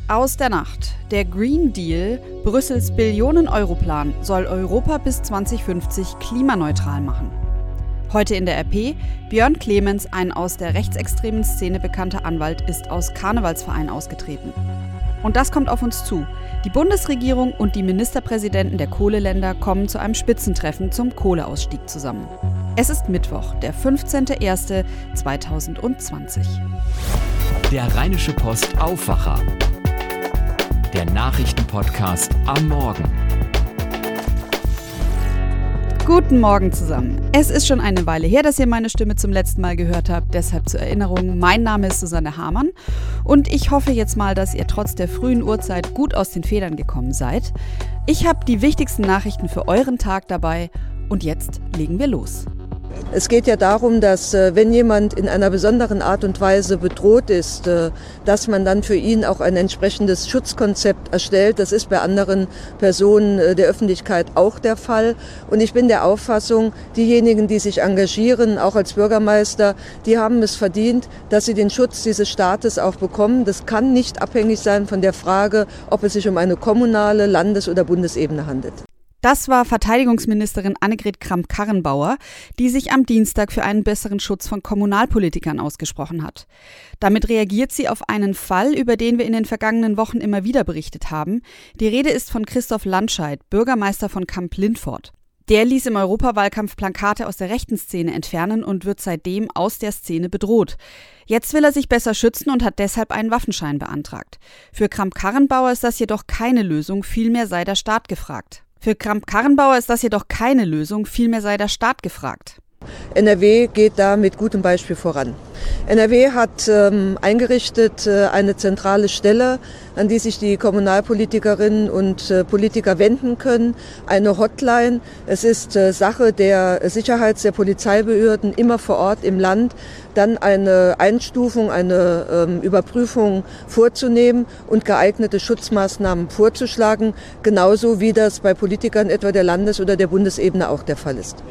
Aus der Nacht. Der Green Deal, Brüssels Billionen-Euro-Plan, soll Europa bis 2050 klimaneutral machen. Heute in der RP, Björn Clemens, ein aus der rechtsextremen Szene bekannter Anwalt, ist aus Karnevalsverein ausgetreten. Und das kommt auf uns zu. Die Bundesregierung und die Ministerpräsidenten der Kohleländer kommen zu einem Spitzentreffen zum Kohleausstieg zusammen. Es ist Mittwoch, der 15.01.2020. Der Rheinische Post Aufwacher. Der Nachrichtenpodcast am Morgen. Guten Morgen zusammen. Es ist schon eine Weile her, dass ihr meine Stimme zum letzten Mal gehört habt. Deshalb zur Erinnerung, mein Name ist Susanne Hamann und ich hoffe jetzt mal, dass ihr trotz der frühen Uhrzeit gut aus den Federn gekommen seid. Ich habe die wichtigsten Nachrichten für euren Tag dabei und jetzt legen wir los. Es geht ja darum, dass wenn jemand in einer besonderen Art und Weise bedroht ist, dass man dann für ihn auch ein entsprechendes Schutzkonzept erstellt. Das ist bei anderen Personen der Öffentlichkeit auch der Fall. Und ich bin der Auffassung, diejenigen, die sich engagieren, auch als Bürgermeister, die haben es verdient, dass sie den Schutz dieses Staates auch bekommen. Das kann nicht abhängig sein von der Frage, ob es sich um eine kommunale, Landes- oder Bundesebene handelt. Das war Verteidigungsministerin Annegret Kramp-Karrenbauer, die sich am Dienstag für einen besseren Schutz von Kommunalpolitikern ausgesprochen hat. Damit reagiert sie auf einen Fall, über den wir in den vergangenen Wochen immer wieder berichtet haben. Die Rede ist von Christoph Landscheid, Bürgermeister von Kamp-Lintfort. Der ließ im Europawahlkampf Plakate aus der rechten Szene entfernen und wird seitdem aus der Szene bedroht. Jetzt will er sich besser schützen und hat deshalb einen Waffenschein beantragt. Für Kramp-Karrenbauer ist das jedoch keine Lösung, vielmehr sei der Staat gefragt. NRW geht da mit gutem Beispiel voran. NRW hat eingerichtet eine zentrale Stelle, an die sich die Kommunalpolitikerinnen und Politiker wenden können, eine Hotline. Es ist Sache der der Polizeibehörden immer vor Ort im Land, dann eine Einstufung, eine Überprüfung vorzunehmen und geeignete Schutzmaßnahmen vorzuschlagen, genauso wie das bei Politikern etwa der Landes- oder der Bundesebene auch der Fall ist.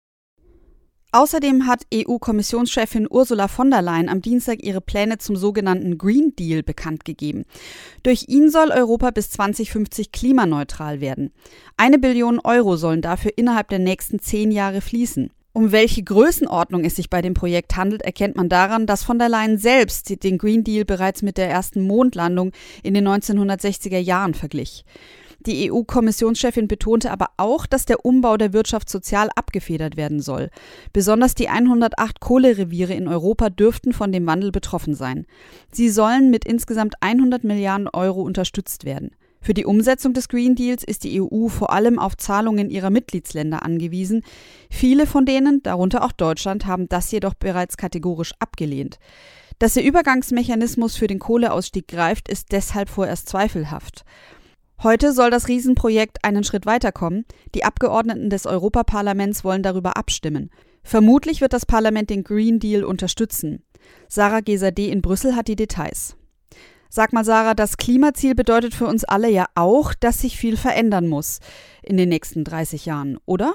Außerdem hat EU-Kommissionschefin Ursula von der Leyen am Dienstag ihre Pläne zum sogenannten Green Deal bekannt gegeben. Durch ihn soll Europa bis 2050 klimaneutral werden. 1 Billion Euro sollen dafür innerhalb der nächsten 10 Jahre fließen. Um welche Größenordnung es sich bei dem Projekt handelt, erkennt man daran, dass von der Leyen selbst den Green Deal bereits mit der ersten Mondlandung in den 1960er Jahren verglich. Die EU-Kommissionschefin betonte aber auch, dass der Umbau der Wirtschaft sozial abgefedert werden soll. Besonders die 108 Kohlereviere in Europa dürften von dem Wandel betroffen sein. Sie sollen mit insgesamt 100 Milliarden Euro unterstützt werden. Für die Umsetzung des Green Deals ist die EU vor allem auf Zahlungen ihrer Mitgliedsländer angewiesen. Viele von denen, darunter auch Deutschland, haben das jedoch bereits kategorisch abgelehnt. Dass der Übergangsmechanismus für den Kohleausstieg greift, ist deshalb vorerst zweifelhaft. Heute soll das Riesenprojekt einen Schritt weiterkommen. Die Abgeordneten des Europaparlaments wollen darüber abstimmen. Vermutlich wird das Parlament den Green Deal unterstützen. Sarah Gesadeh in Brüssel hat die Details. Sag mal, Sarah, das Klimaziel bedeutet für uns alle ja auch, dass sich viel verändern muss in den nächsten 30 Jahren, oder?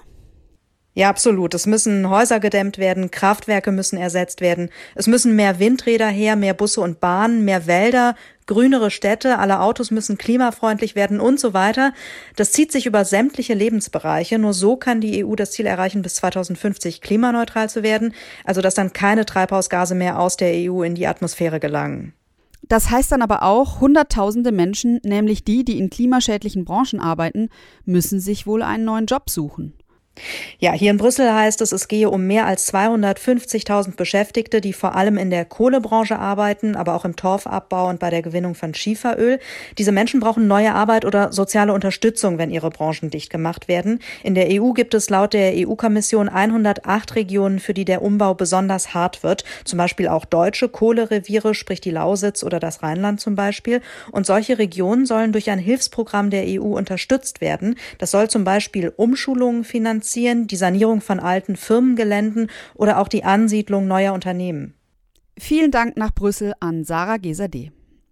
Ja, absolut. Es müssen Häuser gedämmt werden, Kraftwerke müssen ersetzt werden. Es müssen mehr Windräder her, mehr Busse und Bahnen, mehr Wälder, grünere Städte, alle Autos müssen klimafreundlich werden und so weiter. Das zieht sich über sämtliche Lebensbereiche. Nur so kann die EU das Ziel erreichen, bis 2050 klimaneutral zu werden, also dass dann keine Treibhausgase mehr aus der EU in die Atmosphäre gelangen. Das heißt dann aber auch, Hunderttausende Menschen, nämlich die in klimaschädlichen Branchen arbeiten, müssen sich wohl einen neuen Job suchen. Ja, hier in Brüssel heißt es gehe um mehr als 250.000 Beschäftigte, die vor allem in der Kohlebranche arbeiten, aber auch im Torfabbau und bei der Gewinnung von Schieferöl. Diese Menschen brauchen neue Arbeit oder soziale Unterstützung, wenn ihre Branchen dicht gemacht werden. In der EU gibt es laut der EU-Kommission 108 Regionen, für die der Umbau besonders hart wird. Zum Beispiel auch deutsche Kohlereviere, sprich die Lausitz oder das Rheinland zum Beispiel. Und solche Regionen sollen durch ein Hilfsprogramm der EU unterstützt werden. Das soll zum Beispiel Umschulungen finanzieren, die Sanierung von alten Firmengeländen oder auch die Ansiedlung neuer Unternehmen. Vielen Dank nach Brüssel an Sarah Gesadeh.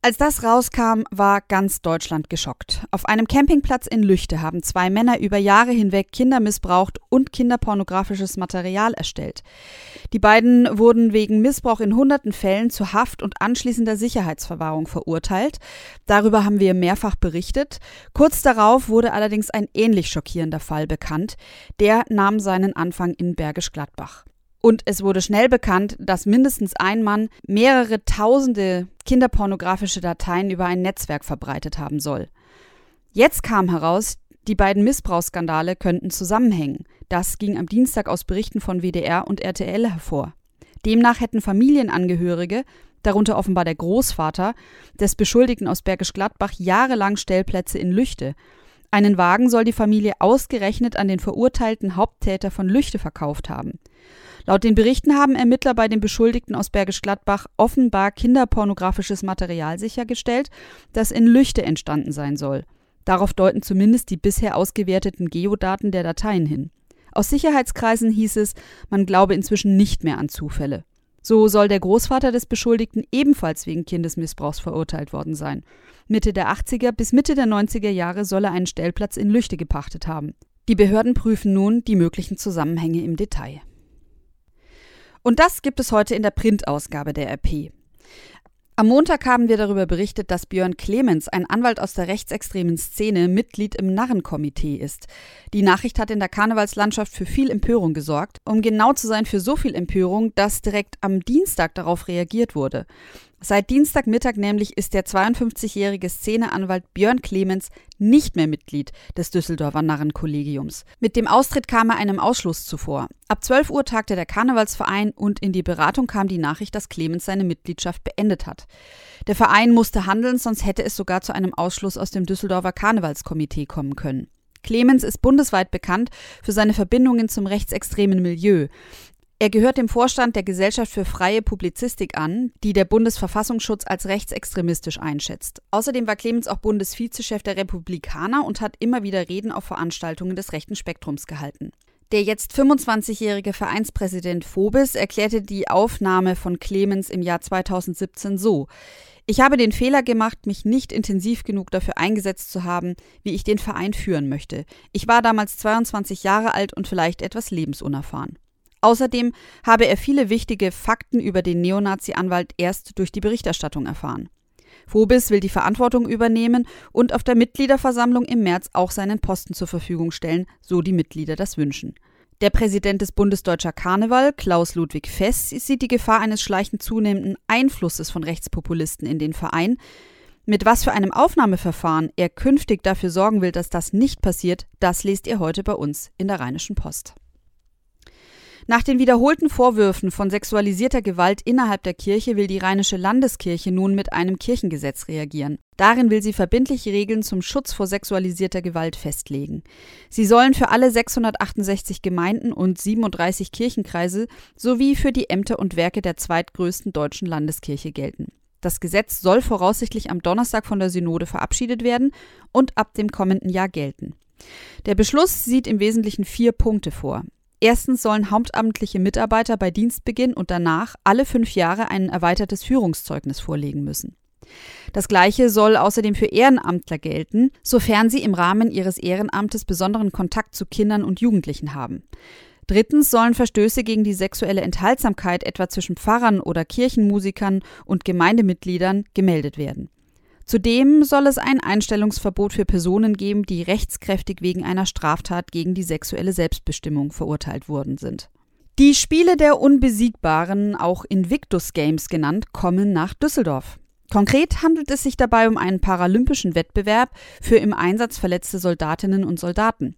Als das rauskam, war ganz Deutschland geschockt. Auf einem Campingplatz in Lüchte haben 2 Männer über Jahre hinweg Kinder missbraucht und kinderpornografisches Material erstellt. Die beiden wurden wegen Missbrauch in hunderten Fällen zu Haft und anschließender Sicherheitsverwahrung verurteilt. Darüber haben wir mehrfach berichtet. Kurz darauf wurde allerdings ein ähnlich schockierender Fall bekannt. Der nahm seinen Anfang in Bergisch Gladbach. Und es wurde schnell bekannt, dass mindestens ein Mann mehrere tausende kinderpornografische Dateien über ein Netzwerk verbreitet haben soll. Jetzt kam heraus, die beiden Missbrauchsskandale könnten zusammenhängen. Das ging am Dienstag aus Berichten von WDR und RTL hervor. Demnach hätten Familienangehörige, darunter offenbar der Großvater, des Beschuldigten aus Bergisch Gladbach jahrelang Stellplätze in Lüchte. Einen Wagen soll die Familie ausgerechnet an den verurteilten Haupttäter von Lüchte verkauft haben. Laut den Berichten haben Ermittler bei den Beschuldigten aus Bergisch Gladbach offenbar kinderpornografisches Material sichergestellt, das in Lüchte entstanden sein soll. Darauf deuten zumindest die bisher ausgewerteten Geodaten der Dateien hin. Aus Sicherheitskreisen hieß es, man glaube inzwischen nicht mehr an Zufälle. So soll der Großvater des Beschuldigten ebenfalls wegen Kindesmissbrauchs verurteilt worden sein. Mitte der 80er bis Mitte der 90er Jahre soll er einen Stellplatz in Lüchte gepachtet haben. Die Behörden prüfen nun die möglichen Zusammenhänge im Detail. Und das gibt es heute in der Printausgabe der RP. Am Montag haben wir darüber berichtet, dass Björn Clemens, ein Anwalt aus der rechtsextremen Szene, Mitglied im Narrenkomitee ist. Die Nachricht hat in der Karnevalslandschaft für viel Empörung gesorgt. Um genau zu sein, für so viel Empörung, dass direkt am Dienstag darauf reagiert wurde. Seit Dienstagmittag nämlich ist der 52-jährige Szeneanwalt Björn Clemens nicht mehr Mitglied des Düsseldorfer Narrenkollegiums. Mit dem Austritt kam er einem Ausschluss zuvor. Ab 12 Uhr tagte der Karnevalsverein und in die Beratung kam die Nachricht, dass Clemens seine Mitgliedschaft beendet hat. Der Verein musste handeln, sonst hätte es sogar zu einem Ausschluss aus dem Düsseldorfer Karnevalskomitee kommen können. Clemens ist bundesweit bekannt für seine Verbindungen zum rechtsextremen Milieu. Er gehört dem Vorstand der Gesellschaft für freie Publizistik an, die der Bundesverfassungsschutz als rechtsextremistisch einschätzt. Außerdem war Clemens auch Bundesvizechef der Republikaner und hat immer wieder Reden auf Veranstaltungen des rechten Spektrums gehalten. Der jetzt 25-jährige Vereinspräsident Vobis erklärte die Aufnahme von Clemens im Jahr 2017 so: Ich habe den Fehler gemacht, mich nicht intensiv genug dafür eingesetzt zu haben, wie ich den Verein führen möchte. Ich war damals 22 Jahre alt und vielleicht etwas lebensunerfahren. Außerdem habe er viele wichtige Fakten über den Neonazi-Anwalt erst durch die Berichterstattung erfahren. Vobis will die Verantwortung übernehmen und auf der Mitgliederversammlung im März auch seinen Posten zur Verfügung stellen, so die Mitglieder das wünschen. Der Präsident des Bundes Deutscher Karneval, Klaus-Ludwig Fess, sieht die Gefahr eines schleichend zunehmenden Einflusses von Rechtspopulisten in den Verein. Mit was für einem Aufnahmeverfahren er künftig dafür sorgen will, dass das nicht passiert, das lest ihr heute bei uns in der Rheinischen Post. Nach den wiederholten Vorwürfen von sexualisierter Gewalt innerhalb der Kirche will die Rheinische Landeskirche nun mit einem Kirchengesetz reagieren. Darin will sie verbindliche Regeln zum Schutz vor sexualisierter Gewalt festlegen. Sie sollen für alle 668 Gemeinden und 37 Kirchenkreise sowie für die Ämter und Werke der zweitgrößten deutschen Landeskirche gelten. Das Gesetz soll voraussichtlich am Donnerstag von der Synode verabschiedet werden und ab dem kommenden Jahr gelten. Der Beschluss sieht im Wesentlichen 4 Punkte vor. Erstens sollen hauptamtliche Mitarbeiter bei Dienstbeginn und danach alle 5 Jahre ein erweitertes Führungszeugnis vorlegen müssen. Das Gleiche soll außerdem für Ehrenamtler gelten, sofern sie im Rahmen ihres Ehrenamtes besonderen Kontakt zu Kindern und Jugendlichen haben. Drittens sollen Verstöße gegen die sexuelle Enthaltsamkeit etwa zwischen Pfarrern oder Kirchenmusikern und Gemeindemitgliedern gemeldet werden. Zudem soll es ein Einstellungsverbot für Personen geben, die rechtskräftig wegen einer Straftat gegen die sexuelle Selbstbestimmung verurteilt worden sind. Die Spiele der Unbesiegbaren, auch Invictus Games genannt, kommen nach Düsseldorf. Konkret handelt es sich dabei um einen paralympischen Wettbewerb für im Einsatz verletzte Soldatinnen und Soldaten.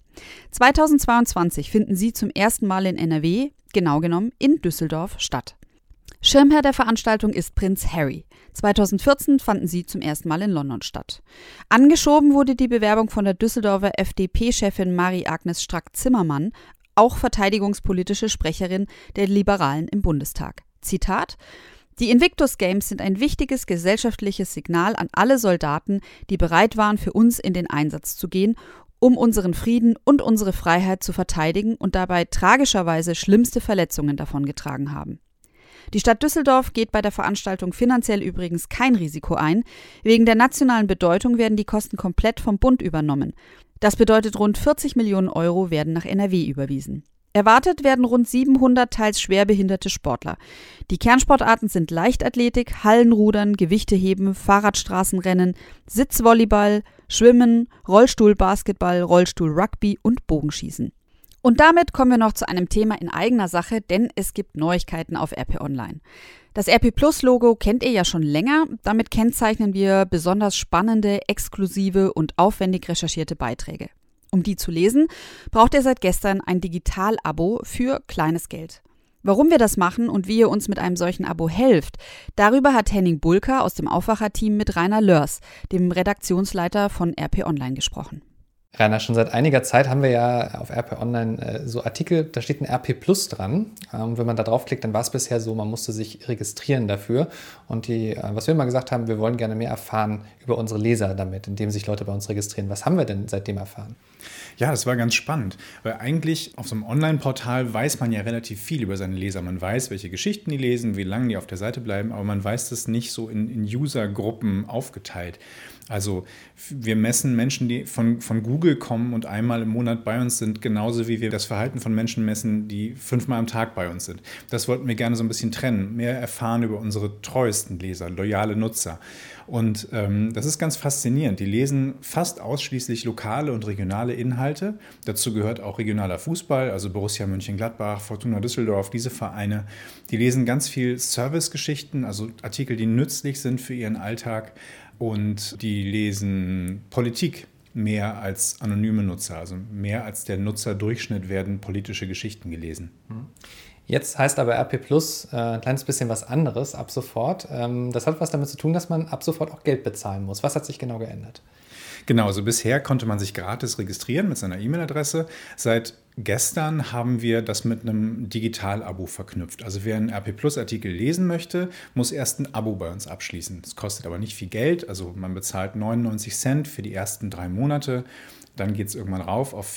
2022 finden sie zum ersten Mal in NRW, genau genommen in Düsseldorf, statt. Schirmherr der Veranstaltung ist Prinz Harry. 2014 fanden sie zum ersten Mal in London statt. Angeschoben wurde die Bewerbung von der Düsseldorfer FDP-Chefin Marie-Agnes Strack-Zimmermann, auch verteidigungspolitische Sprecherin der Liberalen im Bundestag. Zitat: Die Invictus Games sind ein wichtiges gesellschaftliches Signal an alle Soldaten, die bereit waren, für uns in den Einsatz zu gehen, um unseren Frieden und unsere Freiheit zu verteidigen und dabei tragischerweise schlimmste Verletzungen davongetragen haben. Die Stadt Düsseldorf geht bei der Veranstaltung finanziell übrigens kein Risiko ein. Wegen der nationalen Bedeutung werden die Kosten komplett vom Bund übernommen. Das bedeutet, rund 40 Millionen Euro werden nach NRW überwiesen. Erwartet werden rund 700 teils schwerbehinderte Sportler. Die Kernsportarten sind Leichtathletik, Hallenrudern, Gewichteheben, Fahrradstraßenrennen, Sitzvolleyball, Schwimmen, Rollstuhlbasketball, Rollstuhlrugby und Bogenschießen. Und damit kommen wir noch zu einem Thema in eigener Sache, denn es gibt Neuigkeiten auf RP Online. Das RP-Plus-Logo kennt ihr ja schon länger. Damit kennzeichnen wir besonders spannende, exklusive und aufwendig recherchierte Beiträge. Um die zu lesen, braucht ihr seit gestern ein Digital-Abo für kleines Geld. Warum wir das machen und wie ihr uns mit einem solchen Abo helft, darüber hat Henning Bulka aus dem Aufwacher-Team mit Rainer Lörs, dem Redaktionsleiter von RP Online, gesprochen. Rainer, schon seit einiger Zeit haben wir ja auf RP Online so Artikel, da steht ein RP Plus dran. Wenn man da draufklickt, dann war es bisher so, man musste sich registrieren dafür. Und was wir immer gesagt haben, wir wollen gerne mehr erfahren über unsere Leser damit, indem sich Leute bei uns registrieren. Was haben wir denn seitdem erfahren? Ja, das war ganz spannend, weil eigentlich auf so einem Online-Portal weiß man ja relativ viel über seine Leser. Man weiß, welche Geschichten die lesen, wie lange die auf der Seite bleiben, aber man weiß das nicht so in User-Gruppen aufgeteilt. Also wir messen Menschen, die von Google kommen und einmal im Monat bei uns sind, genauso wie wir das Verhalten von Menschen messen, die 5-mal am Tag bei uns sind. Das wollten wir gerne so ein bisschen trennen, mehr erfahren über unsere treuesten Leser, loyale Nutzer. Und das ist ganz faszinierend. Die lesen fast ausschließlich lokale und regionale Inhalte. Dazu gehört auch regionaler Fußball, also Borussia Mönchengladbach, Fortuna Düsseldorf, diese Vereine. Die lesen ganz viel Servicegeschichten, also Artikel, die nützlich sind für ihren Alltag. Und die lesen Politik mehr als anonyme Nutzer, also mehr als der Nutzerdurchschnitt werden politische Geschichten gelesen. Jetzt heißt aber RP Plus ein kleines bisschen was anderes ab sofort. Das hat was damit zu tun, dass man ab sofort auch Geld bezahlen muss. Was hat sich genau geändert? Genau, also bisher konnte man sich gratis registrieren mit seiner E-Mail-Adresse. Seit gestern haben wir das mit einem Digital-Abo verknüpft. Also wer einen RP Plus-Artikel lesen möchte, muss erst ein Abo bei uns abschließen. Das kostet aber nicht viel Geld. Also man bezahlt 99 Cent für die ersten 3 Monate. Dann geht es irgendwann rauf auf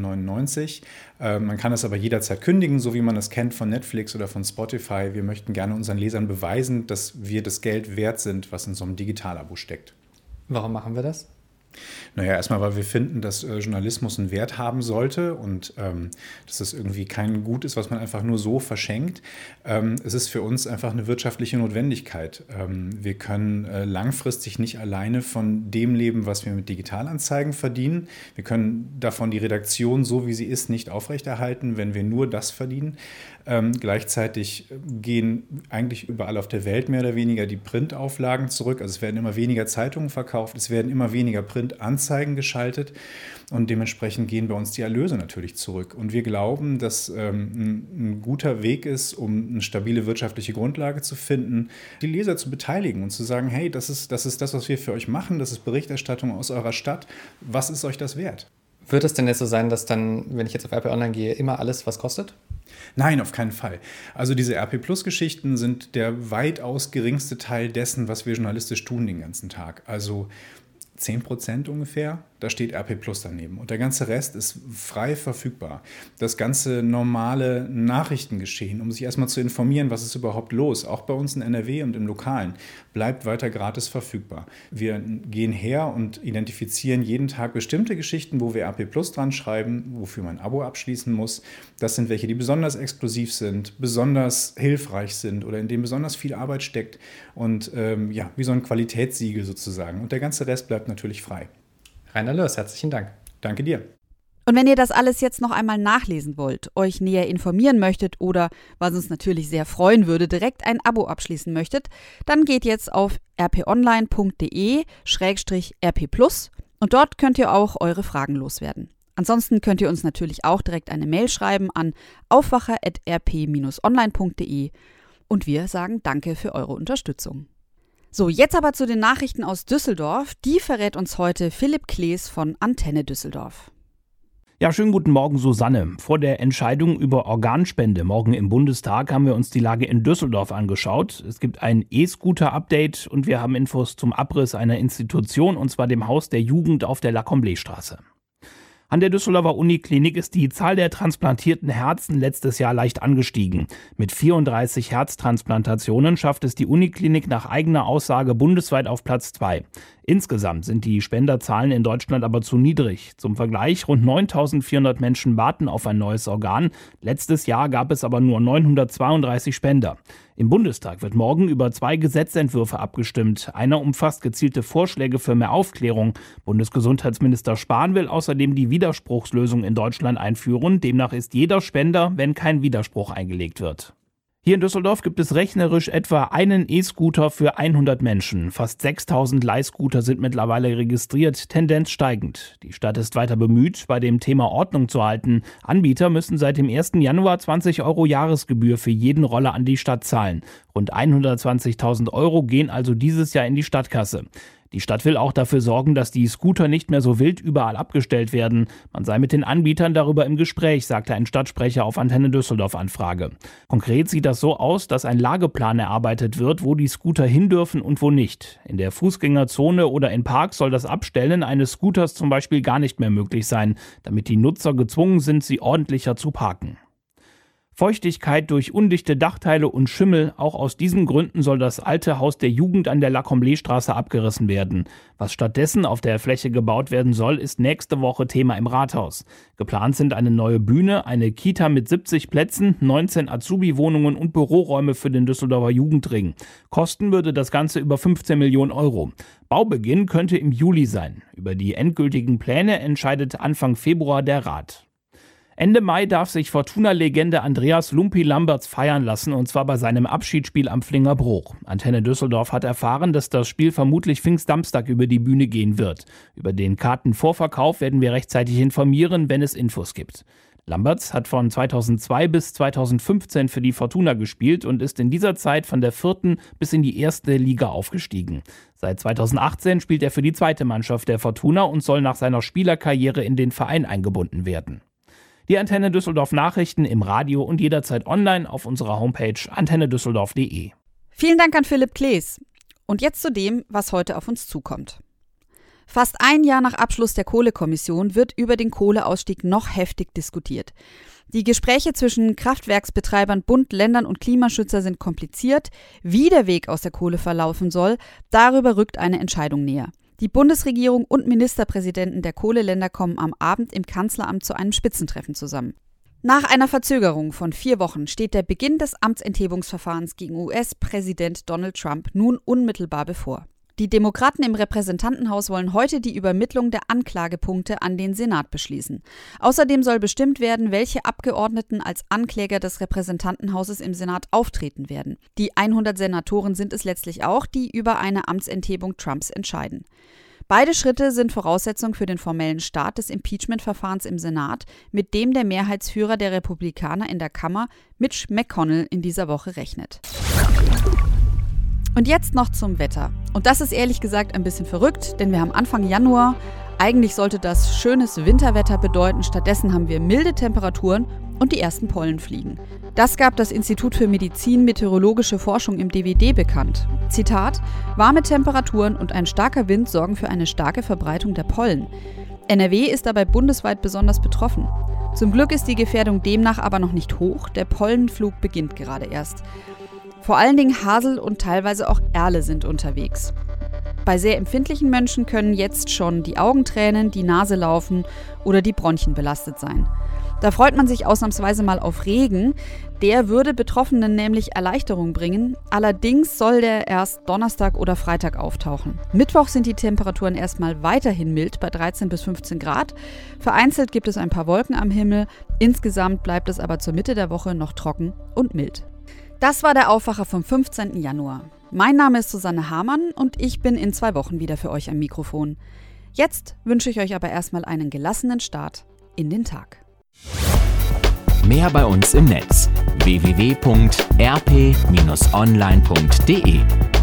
4,99 €. Man kann es aber jederzeit kündigen, so wie man es kennt von Netflix oder von Spotify. Wir möchten gerne unseren Lesern beweisen, dass wir das Geld wert sind, was in so einem Digital-Abo steckt. Warum machen wir das? Naja, erstmal, weil wir finden, dass Journalismus einen Wert haben sollte und dass es irgendwie kein Gut ist, was man einfach nur so verschenkt. Es ist für uns einfach eine wirtschaftliche Notwendigkeit. Wir können langfristig nicht alleine von dem leben, was wir mit Digitalanzeigen verdienen. Wir können davon die Redaktion, so wie sie ist, nicht aufrechterhalten, wenn wir nur das verdienen. Gleichzeitig gehen eigentlich überall auf der Welt mehr oder weniger die Printauflagen zurück. Also es werden immer weniger Zeitungen verkauft, es werden immer weniger Printanzeigen geschaltet und dementsprechend gehen bei uns die Erlöse natürlich zurück. Und wir glauben, dass ein guter Weg ist, um eine stabile wirtschaftliche Grundlage zu finden, die Leser zu beteiligen und zu sagen, hey, das ist das, was wir für euch machen, das ist Berichterstattung aus eurer Stadt. Was ist euch das wert? Wird es denn jetzt so sein, dass dann, wenn ich jetzt auf RP Online gehe, immer alles was kostet? Nein, auf keinen Fall. Also diese RP-Plus-Geschichten sind der weitaus geringste Teil dessen, was wir journalistisch tun den ganzen Tag. Also 10% ungefähr, da steht RP Plus daneben. Und der ganze Rest ist frei verfügbar. Das ganze normale Nachrichtengeschehen, um sich erstmal zu informieren, was ist überhaupt los, auch bei uns in NRW und im Lokalen, bleibt weiter gratis verfügbar. Wir gehen her und identifizieren jeden Tag bestimmte Geschichten, wo wir RP Plus dran schreiben, wofür man ein Abo abschließen muss. Das sind welche, die besonders exklusiv sind, besonders hilfreich sind oder in denen besonders viel Arbeit steckt und wie so ein Qualitätssiegel sozusagen. Und der ganze Rest bleibt natürlich frei. Rainer Lörs, herzlichen Dank. Danke dir. Und wenn ihr das alles jetzt noch einmal nachlesen wollt, euch näher informieren möchtet oder, was uns natürlich sehr freuen würde, direkt ein Abo abschließen möchtet, dann geht jetzt auf rponline.de/rp+ und dort könnt ihr auch eure Fragen loswerden. Ansonsten könnt ihr uns natürlich auch direkt eine Mail schreiben an aufwacher@rp-online.de und wir sagen Danke für eure Unterstützung. So, jetzt aber zu den Nachrichten aus Düsseldorf. Die verrät uns heute Philipp Klees von Antenne Düsseldorf. Ja, schönen guten Morgen, Susanne. Vor der Entscheidung über Organspende morgen im Bundestag haben wir uns die Lage in Düsseldorf angeschaut. Es gibt ein E-Scooter-Update und wir haben Infos zum Abriss einer Institution, und zwar dem Haus der Jugend auf der La Comblé-Straße. An der Düsseldorfer Uniklinik ist die Zahl der transplantierten Herzen letztes Jahr leicht angestiegen. Mit 34 Herztransplantationen schafft es die Uniklinik nach eigener Aussage bundesweit auf Platz 2. Insgesamt sind die Spenderzahlen in Deutschland aber zu niedrig. Zum Vergleich, rund 9.400 Menschen warten auf ein neues Organ. Letztes Jahr gab es aber nur 932 Spender. Im Bundestag wird morgen über 2 Gesetzentwürfe abgestimmt. Einer umfasst gezielte Vorschläge für mehr Aufklärung. Bundesgesundheitsminister Spahn will außerdem die Widerspruchslösung in Deutschland einführen. Demnach ist jeder Spender, wenn kein Widerspruch eingelegt wird. Hier in Düsseldorf gibt es rechnerisch etwa einen E-Scooter für 100 Menschen. Fast 6.000 Leihscooter sind mittlerweile registriert, Tendenz steigend. Die Stadt ist weiter bemüht, bei dem Thema Ordnung zu halten. Anbieter müssen seit dem 1. Januar 20 € Jahresgebühr für jeden Roller an die Stadt zahlen. Rund 120.000 € gehen also dieses Jahr in die Stadtkasse. Die Stadt will auch dafür sorgen, dass die Scooter nicht mehr so wild überall abgestellt werden. Man sei mit den Anbietern darüber im Gespräch, sagte ein Stadtsprecher auf Antenne Düsseldorf Anfrage. Konkret sieht das so aus, dass ein Lageplan erarbeitet wird, wo die Scooter hin dürfen und wo nicht. In der Fußgängerzone oder in Parks soll das Abstellen eines Scooters zum Beispiel gar nicht mehr möglich sein, damit die Nutzer gezwungen sind, sie ordentlicher zu parken. Feuchtigkeit durch undichte Dachteile und Schimmel. Auch aus diesen Gründen soll das alte Haus der Jugend an der La-Comblé-Straße abgerissen werden. Was stattdessen auf der Fläche gebaut werden soll, ist nächste Woche Thema im Rathaus. Geplant sind eine neue Bühne, eine Kita mit 70 Plätzen, 19 Azubi-Wohnungen und Büroräume für den Düsseldorfer Jugendring. Kosten würde das Ganze über 15 Millionen €. Baubeginn könnte im Juli sein. Über die endgültigen Pläne entscheidet Anfang Februar der Rat. Ende Mai darf sich Fortuna-Legende Andreas „Lumpi“ Lambertz feiern lassen, und zwar bei seinem Abschiedsspiel am Flinger Bruch. Antenne Düsseldorf hat erfahren, dass das Spiel vermutlich Pfingstsamstag über die Bühne gehen wird. Über den Kartenvorverkauf werden wir rechtzeitig informieren, wenn es Infos gibt. Lambertz hat von 2002 bis 2015 für die Fortuna gespielt und ist in dieser Zeit von der 4. bis in die 1. Liga aufgestiegen. Seit 2018 spielt er für die 2. Mannschaft der Fortuna und soll nach seiner Spielerkarriere in den Verein eingebunden werden. Die Antenne Düsseldorf Nachrichten im Radio und jederzeit online auf unserer Homepage antennedüsseldorf.de. Vielen Dank an Philipp Klees. Und jetzt zu dem, was heute auf uns zukommt. Fast ein Jahr nach Abschluss der Kohlekommission wird über den Kohleausstieg noch heftig diskutiert. Die Gespräche zwischen Kraftwerksbetreibern, Bund, Ländern und Klimaschützer sind kompliziert. Wie der Weg aus der Kohle verlaufen soll, darüber rückt eine Entscheidung näher. Die Bundesregierung und Ministerpräsidenten der Kohleländer kommen am Abend im Kanzleramt zu einem Spitzentreffen zusammen. Nach einer Verzögerung von 4 Wochen steht der Beginn des Amtsenthebungsverfahrens gegen US-Präsident Donald Trump nun unmittelbar bevor. Die Demokraten im Repräsentantenhaus wollen heute die Übermittlung der Anklagepunkte an den Senat beschließen. Außerdem soll bestimmt werden, welche Abgeordneten als Ankläger des Repräsentantenhauses im Senat auftreten werden. Die 100 Senatoren sind es letztlich auch, die über eine Amtsenthebung Trumps entscheiden. Beide Schritte sind Voraussetzung für den formellen Start des Impeachment-Verfahrens im Senat, mit dem der Mehrheitsführer der Republikaner in der Kammer, Mitch McConnell, in dieser Woche rechnet. Und jetzt noch zum Wetter. Und das ist ehrlich gesagt ein bisschen verrückt, denn wir haben Anfang Januar. Eigentlich sollte das schönes Winterwetter bedeuten. Stattdessen haben wir milde Temperaturen und die ersten Pollen fliegen. Das gab das Institut für Medizin-Meteorologische Forschung im DWD bekannt. Zitat: Warme Temperaturen und ein starker Wind sorgen für eine starke Verbreitung der Pollen. NRW ist dabei bundesweit besonders betroffen. Zum Glück ist die Gefährdung demnach aber noch nicht hoch. Der Pollenflug beginnt gerade erst. Vor allen Dingen Hasel und teilweise auch Erle sind unterwegs. Bei sehr empfindlichen Menschen können jetzt schon die Augen tränen, die Nase laufen oder die Bronchien belastet sein. Da freut man sich ausnahmsweise mal auf Regen. Der würde Betroffenen nämlich Erleichterung bringen. Allerdings soll der erst Donnerstag oder Freitag auftauchen. Mittwoch sind die Temperaturen erstmal weiterhin mild bei 13 bis 15 Grad. Vereinzelt gibt es ein paar Wolken am Himmel. Insgesamt bleibt es aber zur Mitte der Woche noch trocken und mild. Das war der Aufwacher vom 15. Januar. Mein Name ist Susanne Hamann und ich bin in 2 Wochen wieder für euch am Mikrofon. Jetzt wünsche ich euch aber erstmal einen gelassenen Start in den Tag. Mehr bei uns im Netz: www.rp-online.de